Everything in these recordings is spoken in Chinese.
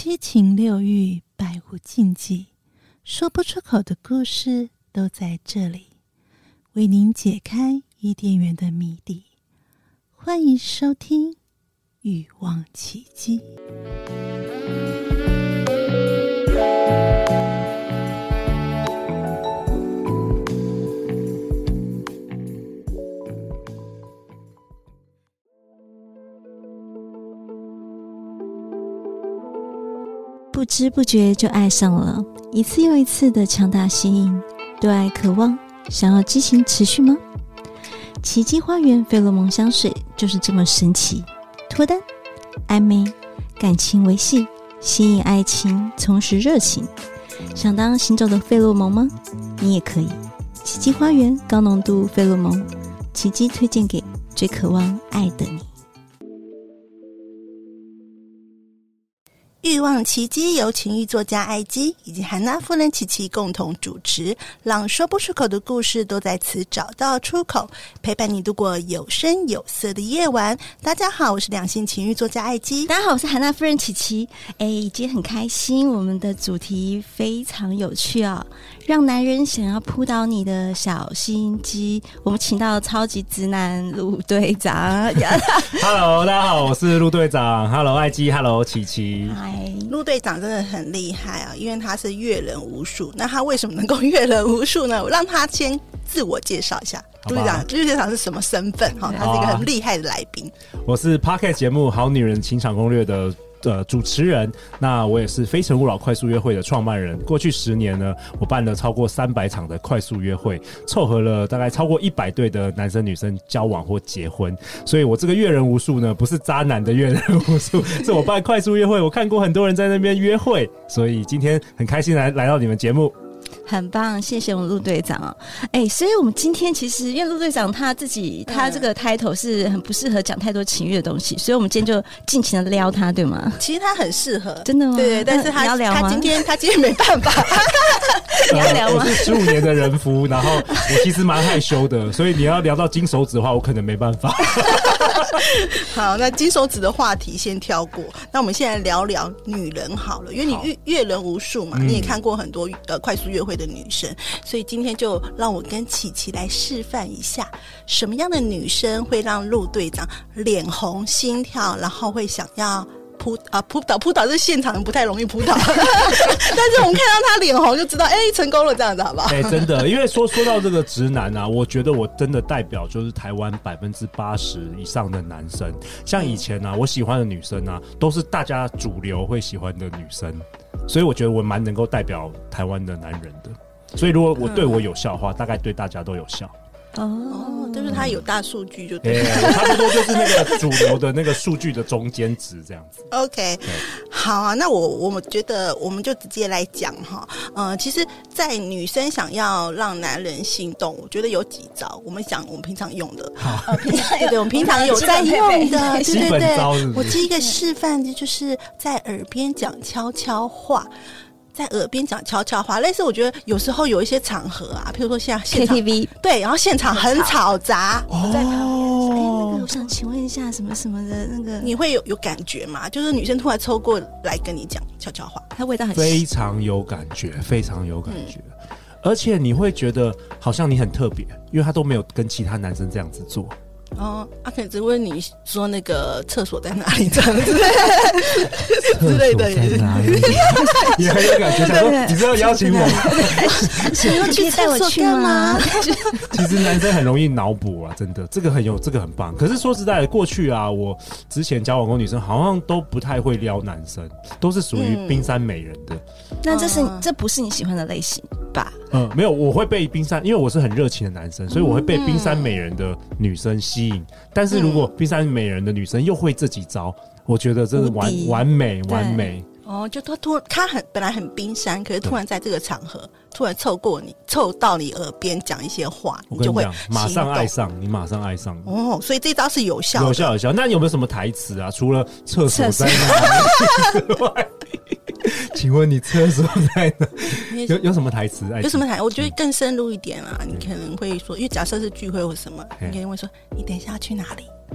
七情六欲，百无禁忌，说不出口的故事都在这里，为您解开伊甸园的谜底。欢迎收听《欲望奇迹》。 不知不觉就爱上了，一次又一次的强大吸引，对爱渴望，想要激情持续吗？奇迹花园费洛蒙香水就是这么神奇，脱单、暧昧、感情维系，吸引爱情，重拾热情。想当行走的费洛蒙吗？你也可以。奇迹花园高浓度费洛蒙，奇迹推荐给最渴望爱的你。 欲望奇迹由情欲作家艾姬以及韩娜夫人琪琪共同主持，让说不出口的故事都在此找到出口，陪伴你度过有声有色的夜晚。大家好，我是两性情欲作家艾姬。 大家好，我是韩娜夫人琪琪。今天很开心，我们的主题非常有趣哦，让男人想要扑倒你的小心机。我们请到超级直男陆队长。 Hello， 大家好，我是陆队长。Hello， 艾姬。Hello， 琪琪。 陆队长真的很厉害啊，因为他是阅人无数。那他为什么能够阅人无数呢？我让他先自我介绍一下。陆队长是什么身份？他是一个很厉害的来宾。 我是 Podcast 节目《好女人情场攻略》的主持人，那我也是非诚勿扰快速约会的创办人。过去10年呢，我办了超过300场的快速约会，凑合了大概超过100对的男生女生交往或结婚。所以我这个阅人无数呢，不是渣男的阅人无数，是我办快速约会，我看过很多人在那边约会，所以今天很开心来到你们节目。 很棒，谢谢我们陆队长哦。所以我们今天其实因为陆队长他这个 title 是很不适合讲太多情欲的东西，所以我们今天就尽情的撩他，对吗？ 其实他很适合， 真的吗？ 对，但是他今天没办法。 你要聊吗？ 我是15年的人夫，然后我其实蛮害羞的，所以你要聊到金手指的话，我可能没办法。 好，那金手指的话题先跳过，那我们现在聊聊女人好了，因为你阅人无数嘛，你也看过很多快速约会的女生，所以今天就让我跟琪琪来示范一下，什么样的女生会让陆队长脸红心跳，然后会想要扑倒是现场不太容易扑倒，但是我们看到他脸红就知道，成功了，这样子好不好？ 真的，因为说到这个直男啊，我觉得我真的代表就是台湾80%以上的男生。像以前啊，我喜欢的女生啊，都是大家主流会喜欢的女生，所以我觉得我蛮能够代表台湾的男人的。所以如果我对我有效的话，大概对大家都有效。 就是他有大数据就对了， 差不多就是那个主流的那个数据的中间值这样子。 OK， 好啊，那我觉得我们就直接来讲哈。其实，在女生想要让男人心动，我觉得有几招。我们讲我们平常用的，对，我们平常有在用的，对对对。我第一个示范的就是在耳边讲悄悄话。在耳边讲悄悄话，类似我觉得有时候有一些场合啊，譬如说像现场 KTV， 对，然后现场很吵杂， 我在旁边，我想请问一下什么什么的那个， 你会有感觉吗？就是女生突然凑过来跟你讲悄悄话， 它味道很非常有感觉，非常有感觉，而且你会觉得好像你很特别，因为他都没有跟其他男生这样子做。 可能只问你说那个厕所在哪里这样子之类的， 也很有感觉。想说你是要邀请我， 你要去带我去吗？ 其实男生很容易脑补啊，真的，这个很棒。可是说实在的，过去啊，我之前交往过女生，好像都不太会撩男生，都是属于冰山美人的。 那这不是你喜欢的类型吧？ 没有，我会被冰山，因为我是很热情的男生，所以我会被冰山美人的女生吸引。但是如果冰山美人的女生又会这几招，我觉得真的完美。 就他本来很冰山，可是突然在这个场合突然凑到你耳边讲一些话，你就会马上爱上你，马上爱上你。 所以这招是有效的， 有效。那有没有什么台词啊？除了厕所在哪里之外，请问你厕所在哪？有什么台词？ 有什么台词？我觉得更深入一点啊，你可能会说，因为假设是聚会或什么，你可能会说：“你等一下要去哪里？”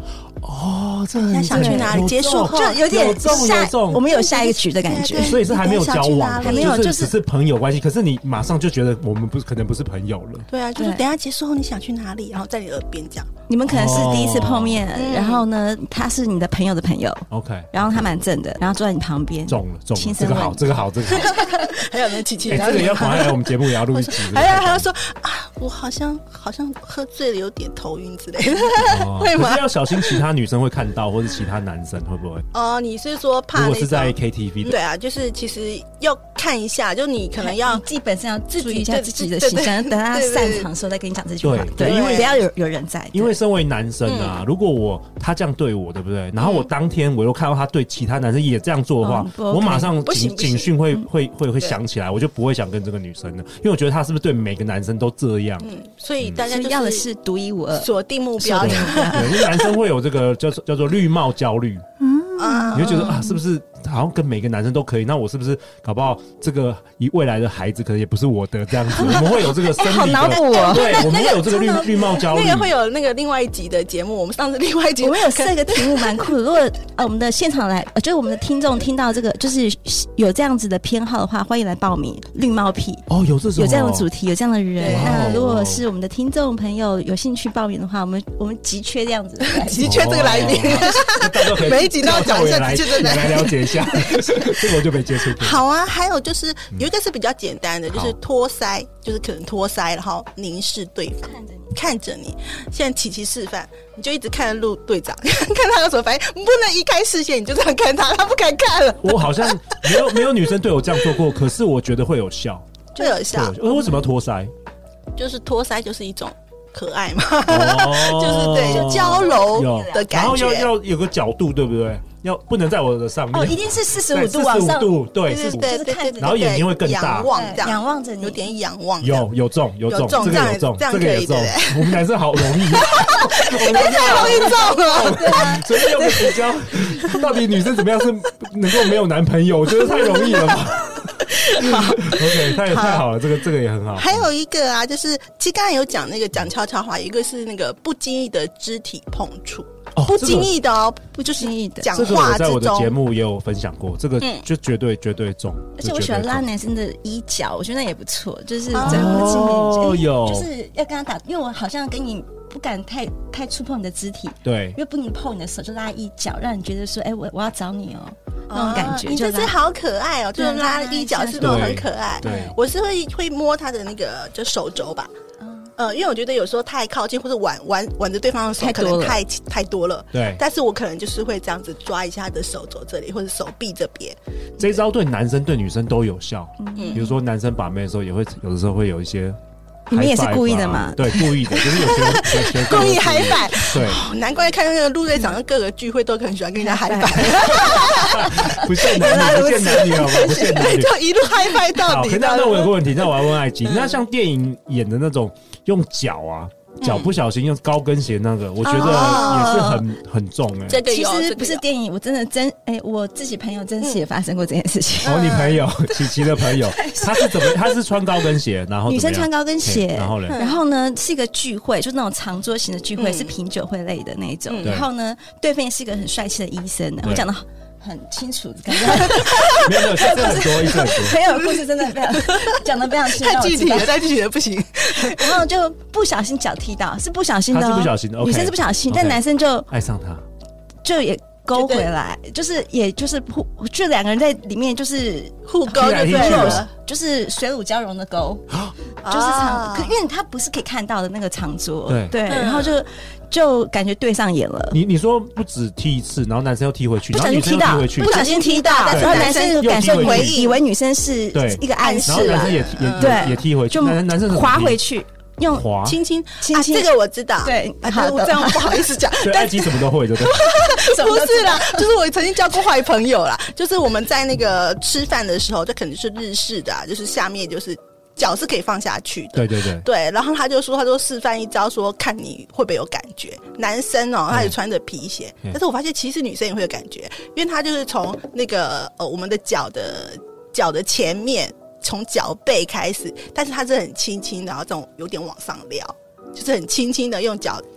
哦，这你想去哪里？结束后就有点有中， 我们有下一个局的感觉， 所以是还没有交往， 还没有， 就是只是朋友关系。可是你马上就觉得我们可能不是朋友了。 对啊，就是等一下结束后你想去哪里，然后在你耳边讲。 你们可能是第一次碰面，然后呢，他是你的朋友的朋友 ，OK， 然后他蛮正的，然后坐在你旁边， 中了，这个好，这个好，这个好。 还有那琪琪， 这个要赶快来我们节目也要录一集。 还要说啊，我好像喝醉了，有点头晕之类的，会吗？ 可是要小心其他女生会看到，或是其他男生会不会？ 哦，你是说怕？ 如果是在 KTV 的， 对啊，就是其实要看一下，就你可能要基本上要注意一下自己的形象，等他散场的时候再跟你讲这句话。 对，因为不要有人在。 因为身为男生啊，如果他这样对我，对不对？然后我当天我又看到他对其他男生也这样做的话，我马上警讯会响起来，我就不会想跟这个女生了，因为我觉得他是不是对每个男生都这样？ 所以大家要的是独一无二， 锁定目标。 对，因为男生会有这个叫做绿帽焦虑。你就觉得啊，是不是好像跟每个男生都可以？那我是不是搞不好这个未来的孩子可能也不是我的这样子？我们会有这个生理的， 好脑补哦。 对，我们会有这个绿帽焦虑。 那个会有那个另外一集的节目，我们上次另外一集我们有设个题目蛮酷的。如果我们的现场来，就是我们的听众听到这个，就是有这样子的偏好的话，欢迎来报名绿帽癖。 哦，有这样的主题，有这样的人。那如果是我们的听众朋友有兴趣报名的话，我们急缺这样子的来宾， 急缺这个来宾，每一集都要讲一下， 来了解一下。这个我就没接触过。 好啊，还有就是有一个是比较简单的，就是托腮，就是可能托腮，然后凝视对方，看着你。现在琪琪示范，你就一直看着陆队长，看他有什么反应，不能移开视线，你就这样看他，他不敢看了。 我好像没有女生对我这样做过，可是我觉觉得会有效， 就有效。 为什么要托腮？ 就是托腮就是一种可爱嘛，就是对，就娇柔的感觉， 然后要有个角度，对不对？不能在我的上面哦，一定是45度往上， 对 ，45度，就是看着， 然后眼睛会更大， 仰望着你， 有点仰望， 有中，这个有中，这个也中。我们男生好容易， 我们太容易中了， 所以用个比较，到底女生怎么样是能够没有男朋友？我觉得太容易了吧。OK， 太好了，这个也很好。 还有一个啊，就是其实刚才有讲那个讲悄悄话，一个是那个不经意的肢体碰触。不经意的哦，不就是讲话之中。这个我在我的节目也有分享过，这个就绝对中。 而且我喜欢拉男生的衣角，我觉得那也不错，就是在我的经历，就是要跟他打，因为我好像跟你不敢太触碰你的肢体， 对， 因为不能碰你的手，就拉衣角，让你觉得说，哎，我要找你哦，那种感觉。 你这只好可爱哦，就是拉衣角是那种很可爱。 对， 我是会摸他的那个就手肘吧。因为我觉得有时候太靠近或者挽着对方的手可能太多了， 对。 但是我可能就是会这样子抓一下他的手肘这里或者手臂这边。 这一招对男生对女生都有效，比如说男生把妹的时候也会有的时候会有一些。 你们也是故意的嘛？ 对，故意的，就是有些故意嗨翻。 对， 难怪看那个陆队长的各个聚会都很喜欢跟人家嗨翻。 不限男女，不限男女，好吗？不限男女， 就一路嗨翻到底。 那我有个问题，那我要问艾姬，那像电影演的那种用脚不小心用高跟鞋那个，我觉得也是很重哎。 这个其实不是电影，我真的我自己朋友真实也发生过这件事情。 你朋友琪琪的朋友，他是穿高跟鞋，然后女生穿高跟鞋， 然后呢是一个聚会，就是那种长桌型的聚会，是品酒会类的那一种。然后呢，对方是一个很帅气的医生，我讲的很清楚，感觉没有，是很多意思很多。 没有故事真的非常讲的非常清楚， 太具体了，太具体了不行。 然后就不小心脚踢到，是不小心的， 他是不小心的， 女生是不小心，但男生就爱上他， 就也勾回来，也就是就两个人在里面就是互勾就对了， 就是水乳交融的勾，就是因为他不是可以看到的那个长桌，对，然后就感觉对上眼了。 你说不止踢一次，然后男生又踢回去， 不小心踢到，不小心踢到，然后男生感受回忆，以为女生是一个暗示， 然后男生也踢回去， 就男生滑回去。用轻轻，这个我知道。对，我这样不好意思讲。 对，艾姬什么都会，对不对？ 不是啦，就是我曾经交过坏朋友啦。就是我们在那个吃饭的时候，这肯定是日式的，就是下面就是脚是可以放下去的。对。然后他就示范一招，说看你会不会有感觉。男生哦，他也穿着皮鞋，但是我发现其实女生也会有感觉，因为他就是从那个我们的脚的前面。从脚背开始，但是它是很轻轻的，然后这种有点往上撩，就是很轻轻的用脚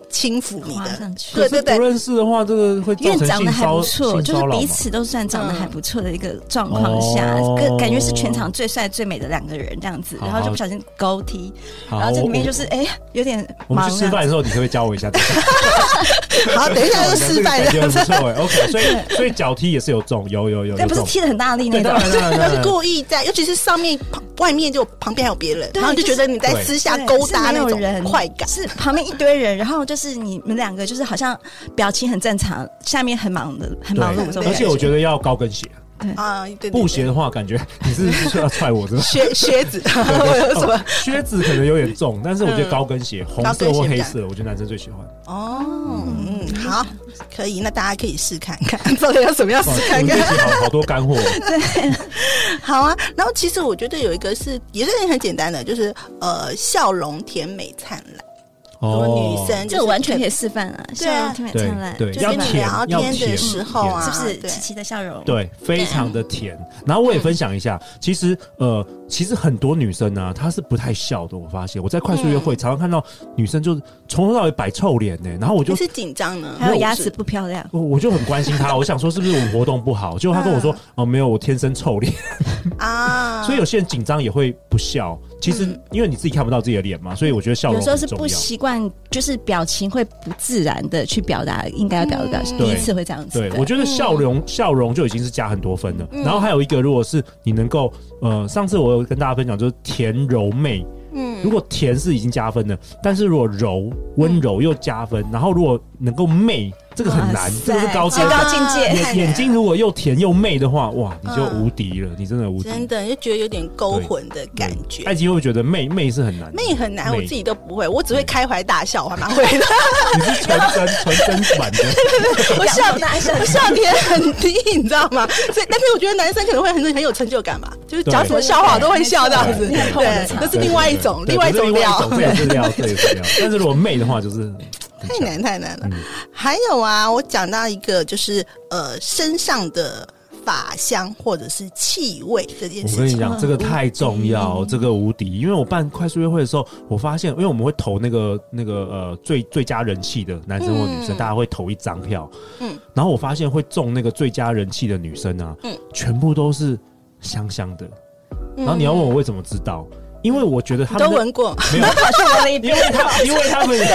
轻浮你的上去。 对对对， 不认识的话，这个会造成因为长得还不错，就是彼彼此都算长得还不错的一个状况下，感觉是全场最帅最美的2个人这样子，然后就不小心勾踢，然后这里面就是有点我们去吃饭的时候，你可不可以教我一下？ 好，等一下就示范感觉很不错OK， 所以脚踢也是有中，有， 但不是踢得很大力那种， 那是故意在，尤其是上面外面就旁边还有别人，然后就觉得你在私下勾搭那种快感， 是旁边一堆人，然后就是你们2个就是好像表情很正常，下面很忙碌， 而且我觉得要高跟鞋。 对啊，对布鞋的话，感觉你是要踹我， 靴子，有什么靴子可能有点重，但是我觉得高跟鞋，红色或黑色，我觉得男生最喜欢。 好，可以，那大家可以试看看，到底要怎么样试看看。 好多干货。 对，好啊。然后其实我觉得有一个也是很简单的，就是笑容甜美灿烂。女生这完全可以示范啊，笑容甜美灿烂， 对，跟你聊天的时候啊， 是不是琪琪的笑容？ 对，非常的甜。然后我也分享一下，其实很多女生啊，她是不太笑的。我发现我在快速约会常常看到女生就是从头到尾摆臭脸呢，然后我就你是紧张呢， 还有牙齿不漂亮， 我就很关心她，我想说是不是我活动不好？结果她跟我说没有，我天生臭脸啊。所以有些人紧张也会不笑。其实因为你自己看不到自己的脸嘛，所以我觉得笑容有时候是不习惯，就是表情会不自然的去表达应该要表达，第一次会这样子。 对，我觉得笑容就已经是加很多分了。然后还有一个，如果是你能够上次我有跟大家分享，就是甜柔媚。如果甜是已经加分了，但是如果温柔又加分，然后如果能够媚，这个很难，这个是高境界。眼睛如果又甜又媚的话，哇，你就无敌了，你真的无敌， 真的就觉得有点勾魂的感觉。 艾姬会觉得媚是很难， 媚很难，我自己都不会，我只会开怀大笑，我还蛮会的。 你是纯真版的， 我笑点很低，你知道吗？所以，但是我觉得男生可能会很有成就感吧，就是讲什么笑话都会笑这样子。对，这是另外一种料， 这也是料。但是如果媚的话，就是太难了。还有啊，我讲到一个就是身上的发香或者是气味这件事情， 我跟你讲，这个太重要，这个无敌。因为我办快速约会的时候，我发现，因为我们会投那个最佳人气的男生或女生，大家会投1张票。然后我发现会中那个最佳人气的女生啊，全部都是香香的。然后你要问我为什么知道？因为我觉得他们都闻过， 没有跑去闻了一遍，因为他们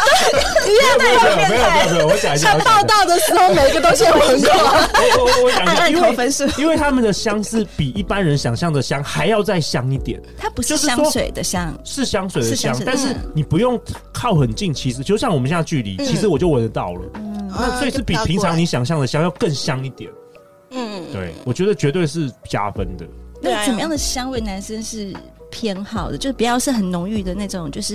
没有，我讲一下， 报道的时候每个都先闻过。 我讲一下， 按分数， 因为他们的香是比一般人想象的香还要再香一点。 它不是香水的香， 是香水的香，但是你不用靠很近，其实就像我们现在距离，其实我就闻得到了。那所以是比平常你想象的香要更香一点。对，我觉得绝对是加分的。 那怎么样的香味男生是偏好的？就不要是很浓郁的那种，就是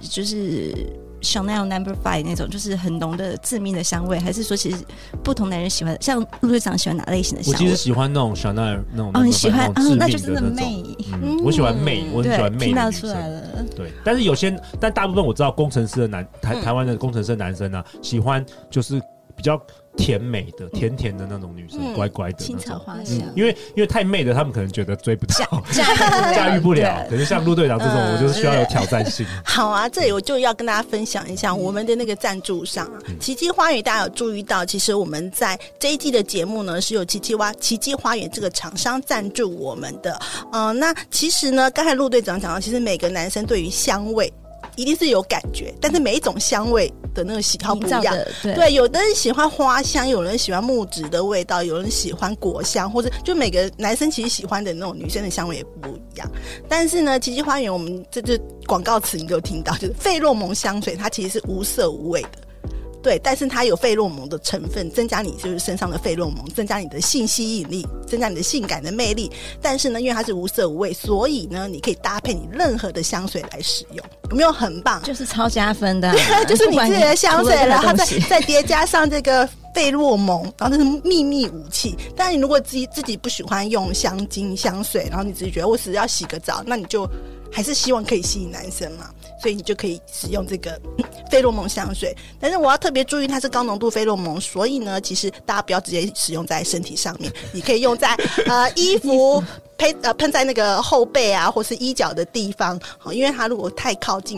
Chanel No. 5那种，就是很浓的致命的香味，还是说其实不同男人喜欢，像陆队长喜欢哪类型的香味？ 我其实喜欢那种 Chanel 那种你喜欢那就真的媚。 我喜欢媚，我很喜欢媚的女生。 听到出来了。 对，但是但大部分我知道工程师的台湾的工程师的男生啊，喜欢就是比较甜美的、甜甜的那种女生，乖乖的青草花香。 因为太媚的，他们可能觉得追不到，驾驭不了。可是像陆队长这种，我就是需要有挑战性。 好啊，这里我就要跟大家分享一下我们的那个赞助商啊，奇迹花园。大家有注意到，其实我们在这一季的节目呢，是有奇迹花园这个厂商赞助我们的。那其实呢，刚才陆队长讲到，其实每个男生对于香味一定是有感觉，但是每一种香味的那个喜好不一样。对，有的人喜欢花香，有人喜欢木质的味道，有人喜欢果香，或者就每个男生其实喜欢的那种女生的香味也不一样。但是呢，奇迹花园我们这就广告词你都有听到，就是费洛蒙香水，它其实是无色无味的。对，但是它有费洛蒙的成分，增加你就是身上的费洛蒙，增加你的性吸引力，增加你的性感的魅力。但是呢，因为它是无色无味，所以呢，你可以搭配你任何的香水来使用，有没有很棒？ 就是超加分的， 就是你自己的香水，然后再叠加上这个费洛蒙，然后这是秘密武器。但你如果自己不喜欢用香精香水，然后你自己觉得我只要洗个澡，那你就还是希望可以吸引男生嘛，所以你就可以使用这个费洛蒙香水。但是我要特别注意，它是高浓度费洛蒙，所以呢，其实大家不要直接使用在身体上面，你可以用在衣服喷在那个后背啊，或是衣角的地方。因为它如果太靠近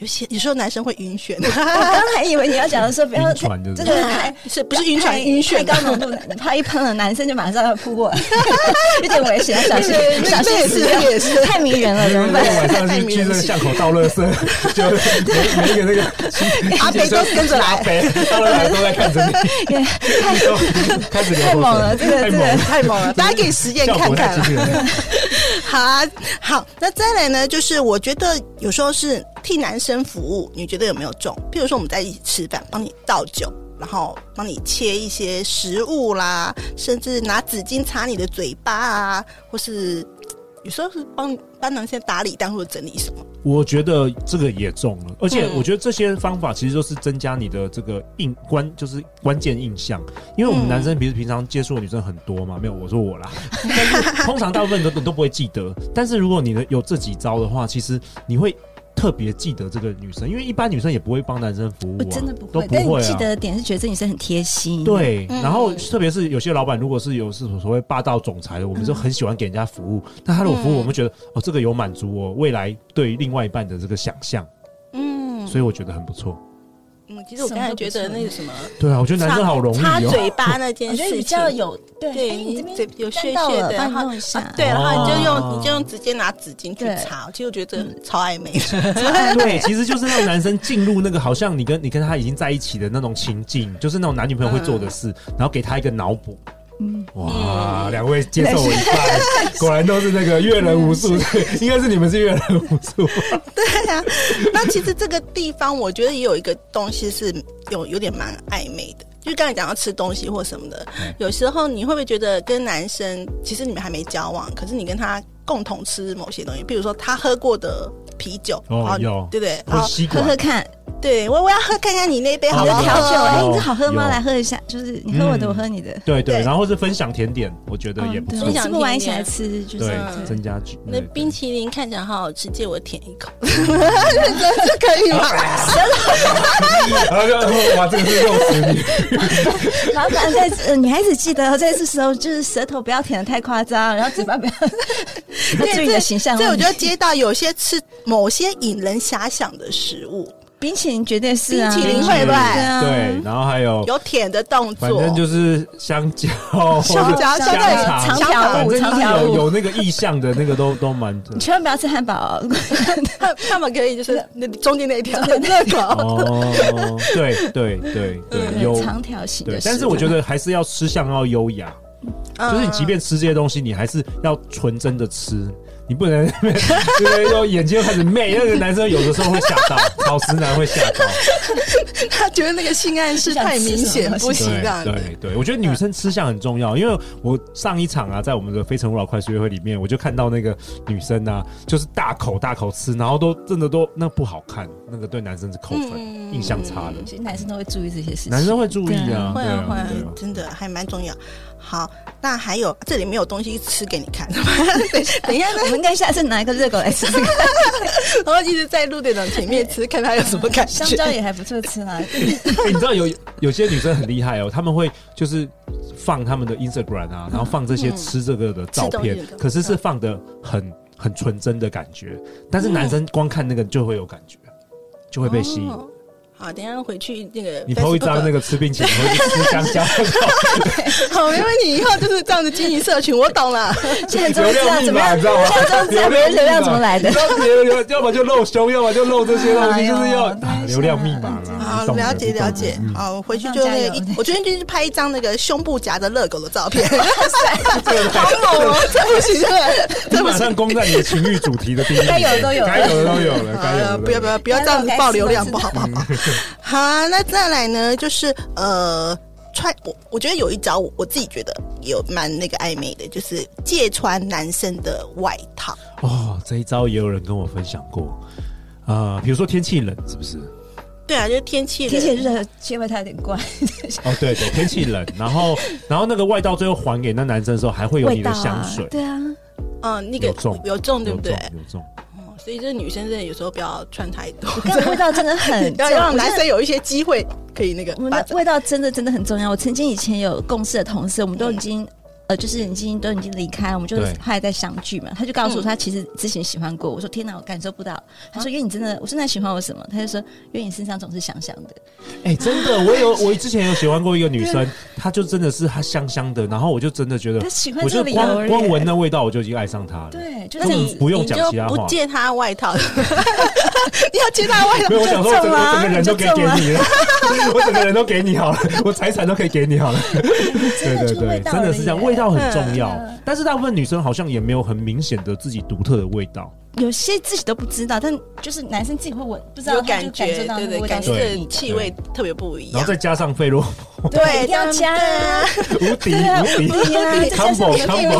有时候男生会晕眩。 我刚才以为你要讲的说不要晕船就是这个是不是晕船晕眩太高浓度，怕一喷了男生就马上要扑过来，有点危险，小心小心死掉， 也是太迷人了，怎么办？ 晚上去那个巷口倒垃圾，就每一个那个阿北都跟着来， 阿北倒垃圾都在看着你，开始太猛了，这个太猛了，大家可以实验看看了。好，那再来呢，就是我觉得有时候是替男生服务，你觉得有没有中？譬如说我们在一起吃饭，帮你倒酒，然后帮你切一些食物啦，甚至拿纸巾擦你的嘴巴啊，或是有时候是帮男生打理单或者整理什么。 我觉得这个也中了，而且我觉得这些方法其实都是增加你的这个就是关键印象。因为我们男生平常接触的女生很多嘛，没有我说我啦，但是通常大部分都不会记得。但是如果你有这几招的话，其实你会特别记得这个女生，因为一般女生也不会帮男生服务啊， 真的不会， 都不会但你记得的点是觉得这女生很贴心， 对。然后特别是有些老板，如果是有所谓霸道总裁的，我们就很喜欢给人家服务。但他如果服务，我们觉得这个有满足我未来对另外一半的这个想象，所以我觉得很不错。 其实我刚才觉得那个什么， 对啊，我觉得男生好容易擦嘴巴那件事情比较有对，你这边有屑屑的， 帮你弄一下， 对，然后你就用直接拿纸巾去擦，其实我觉得超暧昧的。对，其实就是让男生进入那个好像你跟他已经在一起的那种情境，就是那种男女朋友会做的事，然后给他一个脑补。哇，两位接受我一半，果然都是那个阅人无数，应该是你们是阅人无数。 对啊，那其实这个地方我觉得也有一个东西是有点蛮暧昧的，就是刚才讲到吃东西或什么的，有时候你会不会觉得跟男生其实你们还没交往，可是你跟他共同吃某些东西，比如说他喝过的啤酒， 有对不对？ 喝吸管， 喝喝看。 对，我要喝看看你那杯好不好喝？ 调酒，你这好喝吗？来喝一下，就是你喝我的，我喝你的。 对，然后是分享甜点，我觉得也不错。 分享吃不完一起来吃，就是增加。 那冰淇淋看起来好好吃，借我舔一口，这可以吗？ 然后就哇，这个是肉食女。 麻烦在女孩子记得在这时候就是舌头不要舔得太夸张，然后嘴巴不要注意你的形象。 所以我觉得接到有些吃某些引人遐想的食物。 冰淇淋绝对是啊， 冰淇淋会不会？ 对，然后还有舔的动作， 反正就是香蕉、 香肠、 长条反正有那个意象的那个都蛮。 你千万不要吃汉堡， 他们可以就是那中间那一条热狗。 哦，对，有长条形的。 对，但是我觉得还是要吃相要优雅，就是你即便吃这些东西，你还是要纯真的吃。你不能就眼睛开始媚，那个男生有的时候会吓到，草食男会吓到， 他觉得那个性暗示太明显，不行的。 对，我觉得女生吃相很重要，因为我上一场啊，在我们的非诚勿扰快速约会里面，我就看到那个女生啊，就是大口吃，然后真的那不好看，那个对男生是扣分，印象差的。 其实男生都会注意这些事情， 男生会注意啊， 会，真的还蛮重要。好，那还有这里没有东西吃给你看，等一下， 我们应该下次拿一个热狗来吃吃看， 然后一直在陆队长前面吃，看他有什么感觉。 香蕉也还不错吃啦。 你知道有些女生很厉害哦，他们会就是放他们的 Instagram 啊，然后放这些吃这个的照片，可是放的很纯真的感觉，但是男生光看那个就会有感觉，就会被吸引。 好，等一下回去那个你 po 一张那个吃冰淇淋或者吃香蕉好，没问题，以后就是这样子经营社群，我懂了。 现在终于知道怎么样， 你知道吗？ 现在终于知道别人流量怎么来的。 要么就露胸，要么就露这些东西，就是要流量密码啦。 好，了解。好，回去就那个，我昨天就是拍一张那个胸部夹着热狗的照片，好猛哦！这不行， 这马上攻在你的情欲主题的第一名， 该有的都有了。 不要这样子爆流量，不好。好啊，那再来呢，就是我觉得有一招我自己觉得有蛮那个暧昧的，就是借穿男生的外套。 哦，这一招也有人跟我分享过比如说天气冷，是不是？ 对啊，就是天气热，借外套有点怪。 哦，对，天气冷，然后那个外套最后还给那男生的时候，还会有你的香水。 对啊， 那个有中，对不对？ 有中。 所以这女生真的有时候不要穿太多， 味道真的很要让男生有一些机会可以那个。 我们的味道真的很重要。我曾经以前有共事的同事，我们都已经就是已经离开，我们就后来再相聚嘛。他就告诉我，他其实之前喜欢过。我说天哪，我感受不到。他说因为你真的，我真的喜欢我什么？他就说因为你身上总是香香的。 哎，真的，我之前有喜欢过一个女生，她就真的是她香香的，然后我就真的觉得，我就光闻那味道我就已经爱上她了。 对， 就是你不用讲其他话， 你就不借她外套，你要借她外套。 没有，我想说我整个人都给你了，我整个人都给你好了，我财产都可以给你好了。对对对，真的是这样，味道很重要。但是大部分女生好像也没有很明显的自己独特的味道。 有些自己都不知道，但就是男生自己会闻，不知道有感觉， 对对， 感觉这气味特别不一样。 然后再加上费洛蒙， 对， 一定要加啊， 无敌，combo，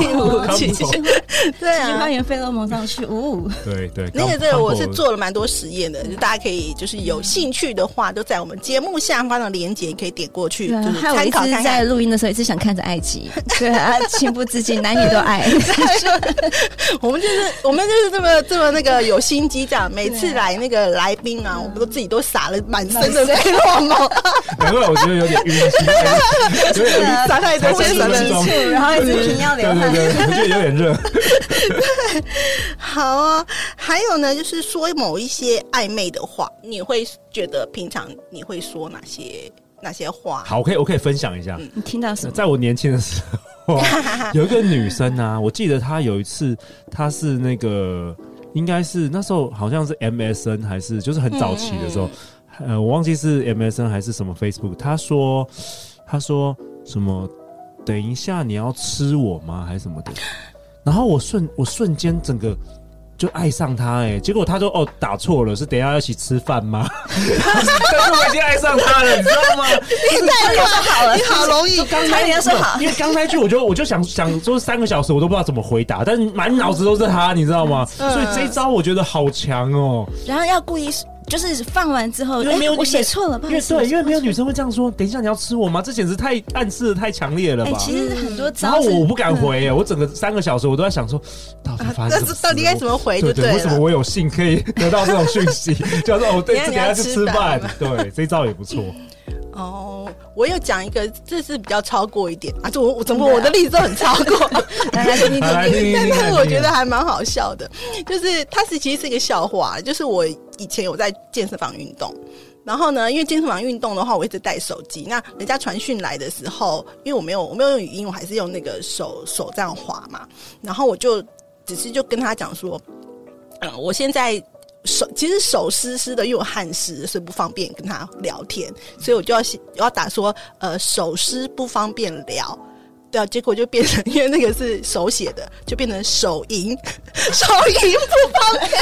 对啊，花园费洛蒙上去， 对对， 那个我是做了蛮多实验的，就大家可以就是有兴趣的话，都在我们节目下方的连结可以点过去，就是参考看看。 在录音的时候一直想看着埃及，对啊，情不自禁，男女都爱。 我们就是这么那个有心机，这样每次来那个来宾啊，我们都自己都撒了满身的费洛蒙。 难怪我觉得有点晕，有点撒太多， 先撒急促，然后一直停要流汗， 对，我觉得有点热。 对，好啊。还有呢，就是说某一些暧昧的话，你会觉得平常你会说哪些话？ 好，我可以分享一下。 你听到什么？ 在我年轻的时候，有一个女生啊，我记得她有一次，她是那个应该是那时候好像是 MSN 还是就是很早期的时候，我忘记是 MSN 还是什么 Facebook。她说什么？等一下你要吃我吗？还是什么的？然后我瞬间整个就爱上他结果他就打错了，是等一下要一起吃饭吗？但是我已经爱上他了，你知道吗？ 你太好了，你好容易， 刚才你说好， 因为刚才句我就想说3个小时我都不知道怎么回答，但是满脑子都是他，你知道吗？所以这一招我觉得好强哦。 然后要故意。就是放完之后，我写错了吧？ 因为没有女生会这样说。等一下你要吃我吗？这简直太暗示的太强烈了吧？ 其实很多招， 然后我不敢回我整个3个小时我都在想说，到底发生什么事？ 到底该怎么回？对对，为什么我有幸可以得到这种讯息？就说对，等一下去吃饭。对，这招也不错。 我有讲一个，这是比较超过一点啊！我的例子都很超过，但是我觉得还蛮好笑的。就是它其实是一个笑话，就是我以前有在健身房运动，然后呢，因为健身房运动的话，我一直带手机。那人家传讯来的时候，因为我没有用语音，我还是用那个手这样滑嘛。然后我就只是就跟他讲说，我现在。其实手湿湿的，因为我汗湿，所以不方便跟他聊天，所以我就要打说手湿不方便聊。对啊，结果就变成，因为那个是手写的，就变成手淫不方便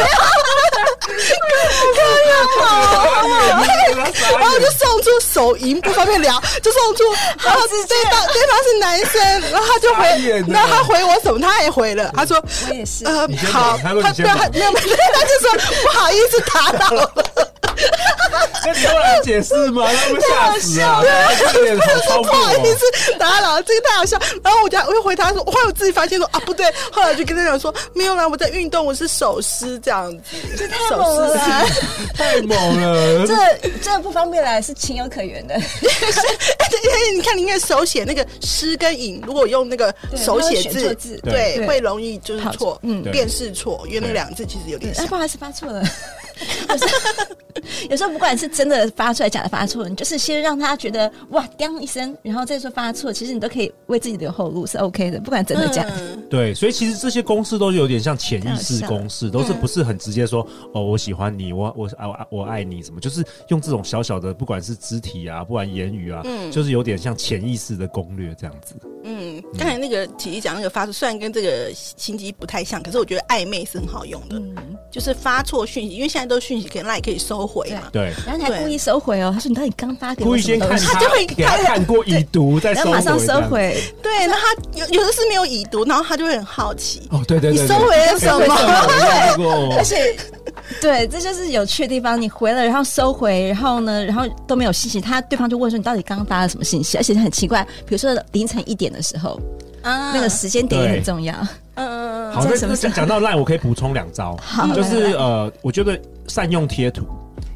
然后就送出手淫不方便聊，就送出，然后对方是男生，然后他就回，然后他回我什么，他也回了，他说我也是， 好，他没有，他就说不好意思打扰了。 那你后来解释吗？他会吓死啊！这个好超过，不好意思打扰，这个太好笑。然后我就回答说，后来我自己发现说不对，后来就跟他讲说没有啦，我在运动，我是手湿这样子。 这太猛了， 太猛了！ 这不方便来是情有可原的。 你看，你应该手写那个湿跟淫，如果用那个手写字，对，会容易就是错，辨识错，因为那两个字其实有点像。 不好意思，发错了。有时候不管是真的发出来假的发错，你就是先让他觉得哇叮一声，然后再说发错，其实你都可以为自己留后路，是 OK 的，不管真的假的。 对，所以其实这些公式都有点像潜意识公式，都是不是很直接说我喜欢你，我爱你什么，就是用这种小小的，不管是肢体啊，不管言语啊，就是有点像潜意识的攻略这样子。 刚才那个琪琪讲那个发错，虽然跟这个心机不太像，可是我觉得暧昧是很好用的，就是发错讯息，因为现在都讯息可以赖可以收回嘛。 对， 然后你还故意收回他说你到底刚发给我故意先看他就会给他看过已读再收回， 然后马上收回。 对，那他有的是没有已读，然后他就会很好奇。 对， 你收回了什么？ 而且对，这就是有趣的地方。你回了，然后收回，然后呢，然后都没有信息，对方就问说你到底刚刚发了什么信息？而且很奇怪，比如说凌晨1点的时候，那个时间点也很重要。 好，那讲到 LINE 我可以补充2招，就是我觉得善用贴图。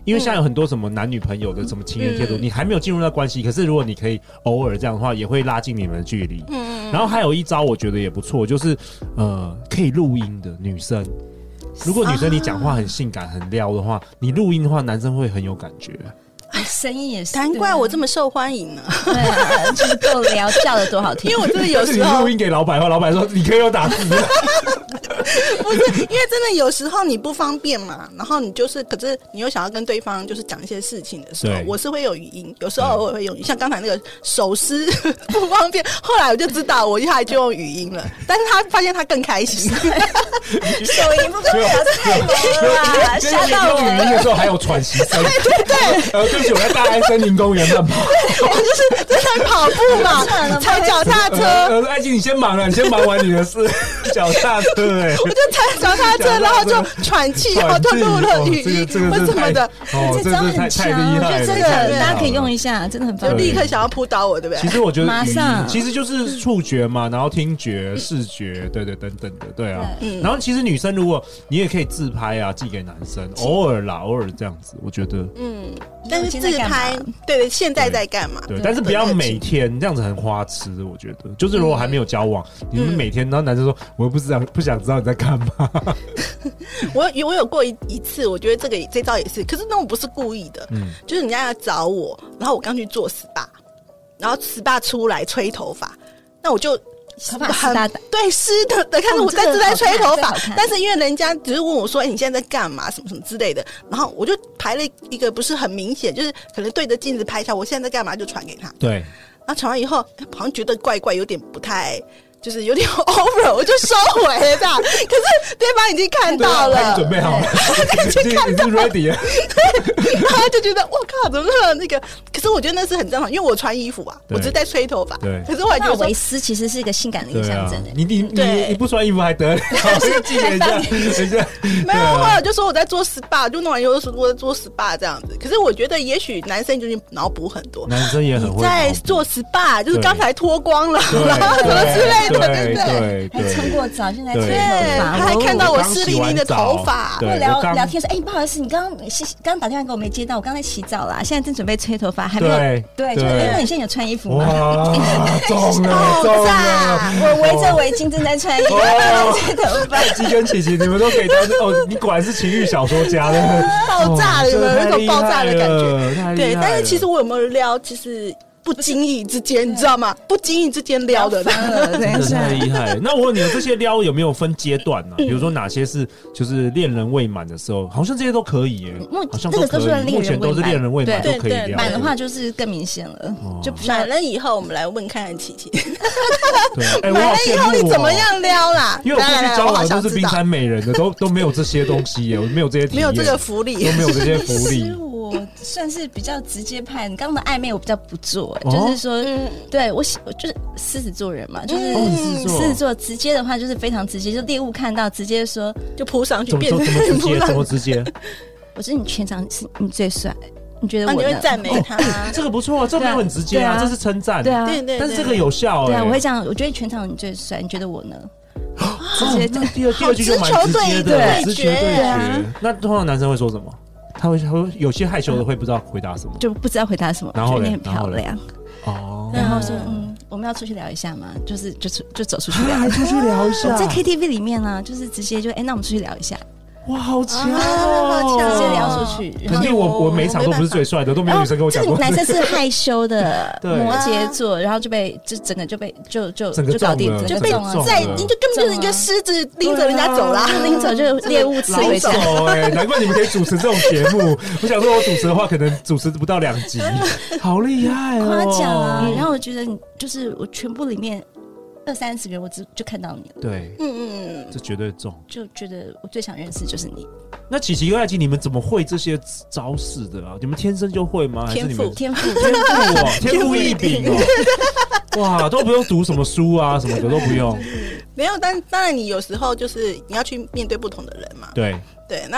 因为现在有很多什么男女朋友的什么情缘贴图，你还没有进入那关系，可是如果你可以偶尔这样的话，也会拉近你们的距离。然后还有一招我觉得也不错，就是可以录音的女生。如果女生你讲话很性感很撩的话，你录音的话，男生会很有感觉。 声音也是， 难怪我这么受欢迎呢。 对啊，就是够聊，叫的多好听。 因为我真的有时候录音给老板的话，老板说你可以用打字。 不是，因为真的有时候你不方便嘛，然后你就是，可是你又想要跟对方就是讲一些事情的时候，我是会有语音，有时候我会用语音，像刚才那个手势不方便，后来我就知道，我一下来就用语音了，但是他发现他更开心。手音不跟聊太猛了啦，吓到我了。用语音的时候还有喘息声， 对， 对不起，我在大安森林公园慢跑， 我就是在跑步嘛，踩脚踏车。 艾姬，你先忙了，你先忙完你的事，脚踏车我就踩脚踏车，然后就喘气，然后就录了语音，或什么的。 这招很强，我觉得这个大家可以用一下，真的很棒。 就立刻想要扑倒我，对不对？ 其实我觉得马上其实就是触觉嘛，然后听觉、视觉，对等等的，对啊。然后其实女生如果你也可以自拍啊，寄给男生，偶尔这样子，我觉得但是自拍，对，现在在干嘛？ 对，但是不要每天这样子很花痴，我觉得。就是如果还没有交往，你们每天，然后男生说我又不想知道你在干嘛。 我有过一次，我觉得这招也是，可是那我不是故意的，就是人家要找我，然后我刚去做 SPA， 然后 SPA 出来吹头发，那我就对湿的，但是我在吹头发，但是因为人家只是问我说，你现在在干嘛，什么什么之类的，然后我就排了一个不是很明显，就是可能对着镜子拍一下，我现在在干嘛就传给他。 对， 然后传完以后，好像觉得怪怪，有点不太。就是有点 over， 我就收回了这样。可是对方已经看到了， 他已经准备好了，已经 ready 了。 对，然后就觉得我靠，怎么那个？可是我觉得那是很正常，因为我穿衣服啊，我只是在吹头发。 对。 可是我还觉得维斯其实是一个性感的一个象征。 你不穿衣服还得了？记得一下。 没有，后来我就说我在做 SPA， 就弄完以后说我在做 SPA 这样子。可是我觉得也许男生就是脑补很多， 男生也很会在做 SPA， 就是刚才脱光了，然后什么之类的。 对， 还冲过澡，现在吹头发，他还看到我湿淋淋的头发。 聊天说：“不好意思，你刚打电话给我没接到，我刚才洗澡啦，现在正准备吹头发，还没有。对，就那你现在有穿衣服吗？ 中了！ 我围着围巾正在穿衣服，吹头发。 鸡跟琪琪，你们都可以当你果然是情欲小说家的， 爆炸了，有没有一种爆炸的感觉？ 对，但是其实我有没有撩，其实。不经意之间，你知道吗？不经意之间撩的， 真的太厉害了。那我问你，这些撩有没有分阶段呢？比如说哪些是就是恋人未满的时候，好像这些都可以耶，好像都可以。目前都是恋人未满都可以撩。 满的话就是更明显了，就满了以后，我们来问看看琪琪。 满了以后你怎么样撩啦？ 因为我过去交往都是冰山美人的，都没有这些东西耶，没有这些体验， 没有这个福利， 都没有这些福利。 我算是比较直接派，你刚刚的暧昧我比较不做，就是说，对我就是狮子座人嘛，就是狮子座直接的话就是非常直接，就猎物看到直接说就扑上去， 变成怎么直接？ 我觉得你全场是你最帅，你觉得我你会赞美他？ 这个不错，这没有很直接啊，这是称赞， 对啊， 但是这个有效， 对啊，我会这样，我觉得全场你最帅，你觉得我呢？ 直接第二句就蛮直接的，直球对决。那通常男生会说什么？他会有些害羞的会不知道回答什么， 就不知道回答什么。 然后你很漂亮哦， 然后说我们要出去聊一下嘛，就走出去聊， 还出去聊一下。 在 KTV 里面呢，就是直接就那我们出去聊一下。 哇，好强哦！ 直接聊出去。 肯定我每一场都不是最帅的，都没有女生跟我讲过。 男生是害羞的摩羯座，然后就整个就搞定了， 就被在你就根本就是一个狮子拎着人家走啦， 拎走就猎物吃回家。 难怪你们可以主持这种节目。我想说，我主持的话可能主持不到2集，好厉害哦！ 夸奖啊！然后我觉得你就是我全部里面。20-30个人，我就看到你了。 对，这绝对中。 就觉得我最想认识就是你。 那琪琪跟艾姬，你们怎么会这些招式的啊？你们天生就会吗？还是你们天赋天赋异禀哦！哇，都不用读什么书啊，什么的都不用。 没有，但当然你有时候就是你要去面对不同的人嘛。 对， 那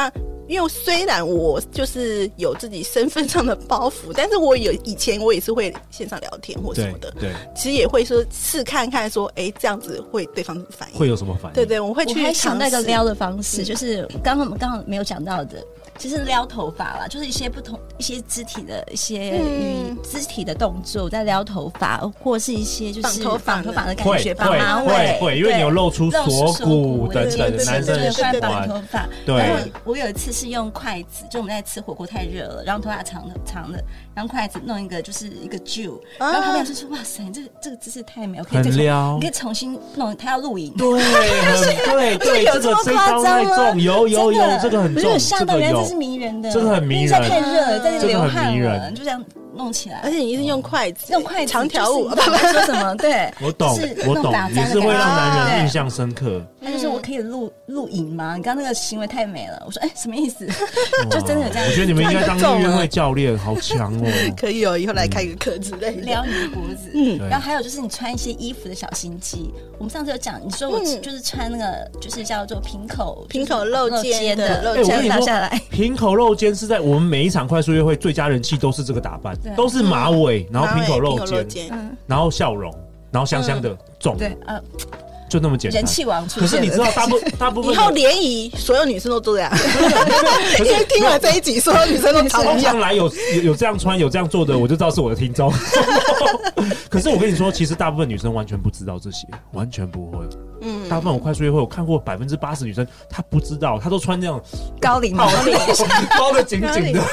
因为虽然我就是有自己身份上的包袱，但是我以前我也是会线上聊天或什么的， 对， 其实也会说试看看说，这样子会对方怎么反应， 会有什么反应？ 对，我会去我还想到一个撩的方式，就是刚刚没有讲到的。其实撩头发啦，就是一些肢体的一些肢体的动作，在撩头发，或是一些就是绑头发的感觉，绑马尾， 会，因为你有露出锁骨等等，男生喜欢绑头发。 对， 然后我有一次是用筷子，就我们在吃火锅太热了，然后头发长的，然后筷子弄一个就是一个揪，然后他们就说：“哇塞，这个姿势太美， 很撩， 你可以重新弄。”他要录影， 对，这个这招太重，有，这个很重， 有吓到，原来这是迷人的， 这个很迷人， 太热了，在这流汗了， 就这样弄起来。 而且你一定用筷子，长条舞，爸爸说什么？对， 我懂，你是会让男人印象深刻。 他就说我可以录影吗？你刚刚那个行为太美了。我说什么意思？就真的有这样。 我觉得你们应该当约会教练，好强哦。 可以以后来开一个课之类的， 撩你的脖子。然后还有就是你穿一些衣服的小心机。我们上次有讲，你说我就是穿那个就是叫做平口露肩的， 我跟你说，平口露肩是在我们每一场快速约会最佳人气都是这个打扮，都是马尾，然后平口露肩，然后笑容，然后香香的重， 对， 就那么简单。 人气王出现，可是你知道大部分以后联谊所有女生都这样，因为听完这一集，所有女生都通常来有这样穿有这样做的，我就知道是我的听众。可是我跟你说，其实大部分女生完全不知道这些，完全不会。大部分我快速约会，我看过80%女生她不知道，她都穿这样高领毛领， 包的紧紧的。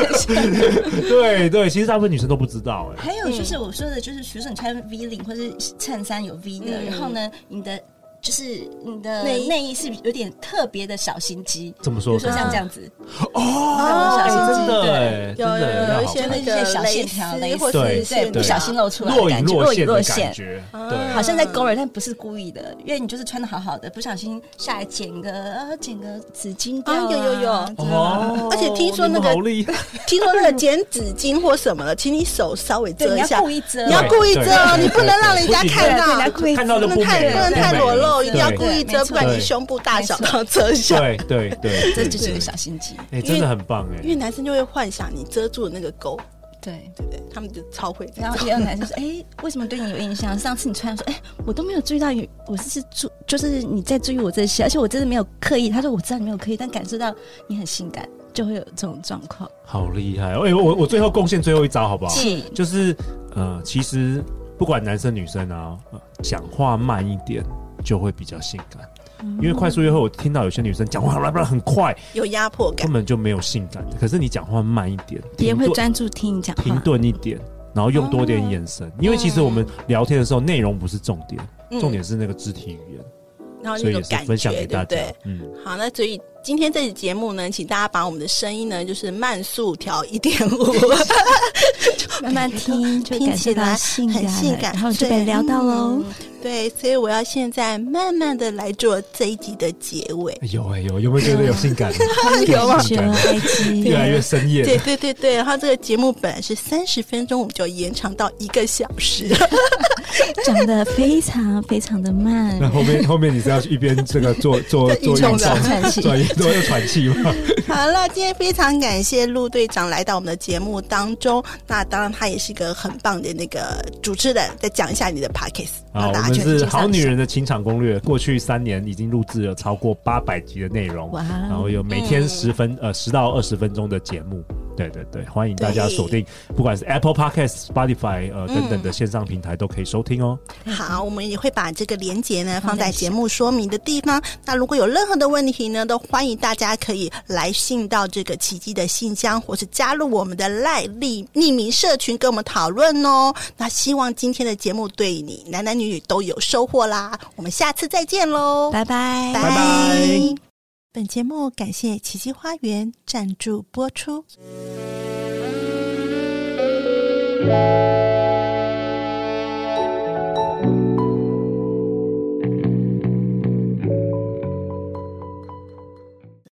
对，其实大部分女生都不知道。 还有就是我说的，就是比如说你穿 V 领或是衬衫有 V 的，然后呢，你的内衣是有点特别的小心机。 怎么说？ 比如说像这样子小心机，对， 有一些那个小线条蕾丝， 对， 不小心露出来， 若隐若现的感觉，对， 好像在勾人，但不是故意的，因为你就是穿的好好的，不小心下来剪个纸巾掉。 有而且听说那个剪纸巾或什么的，请你手稍微遮一下，你要故意遮哦，你不能让人家看到， 看到的不能太裸露，一定要故意遮，不管你胸部大小都要遮一下。 对， 这就是个小心机。 真的很棒因为男生就会幻想你遮住的那个沟。 对， 他们就超会。 然后也有男生说：“为什么对你有印象？上次你穿说，我都没有注意到，我就是你在注意我这些，而且我真的没有刻意。”他说：“我知道你没有刻意，但感受到你很性感，就会有这种状况。” 好厉害！我最后贡献最后一招好不好？就是其实不管男生女生啊，讲话慢一点就会比较性感。因为快速约会，我听到有些女生讲话很快， 有压迫感， 根本就没有性感。可是你讲话慢一点， 别人会专注听你讲话， 停顿一点，然后用多点眼神。因为其实我们聊天的时候，内容不是重点，重点是那个肢体语言。 然后那种感觉， 分享给大家。 对，好，那所以今天这期节目呢，请大家把我们的声音呢，就是慢速调1.5， 慢慢听，就感受到很性感， 然后就被撩到喽。 对，所以我要现在慢慢的来做这一集的结尾。 有没有觉得有性感？ 有吗？ 越来越深夜。 对。然后这个节目本来是30分钟，我们就延长到1个小时， 讲得非常非常的慢。 那后面你是要一边这个做运动喘气， 做喘气吗？ 好了，今天非常感谢陆队长来到我们的节目当中。那当然，他也是一个很棒的那个主持人。再讲一下你的 podcast。 好，我们是好女人的情场攻略。过去3年已经录制了超过800集的内容，然后有每天10到20分钟的节目。对，欢迎大家锁定，不管是 Apple Podcast、Spotify 等等的线上平台都可以收听哦。 好，我们也会把这个连结呢放在节目说明的地方。那如果有任何的问题呢，都欢迎大家可以来信到这个奇迹的信箱，或是加入我们的赖匿名社群跟我们讨论哦。那希望今天的节目对你男男女女都有收获啦。我们下次再见咯， 拜拜。 本节目感谢奇迹花园赞助播出。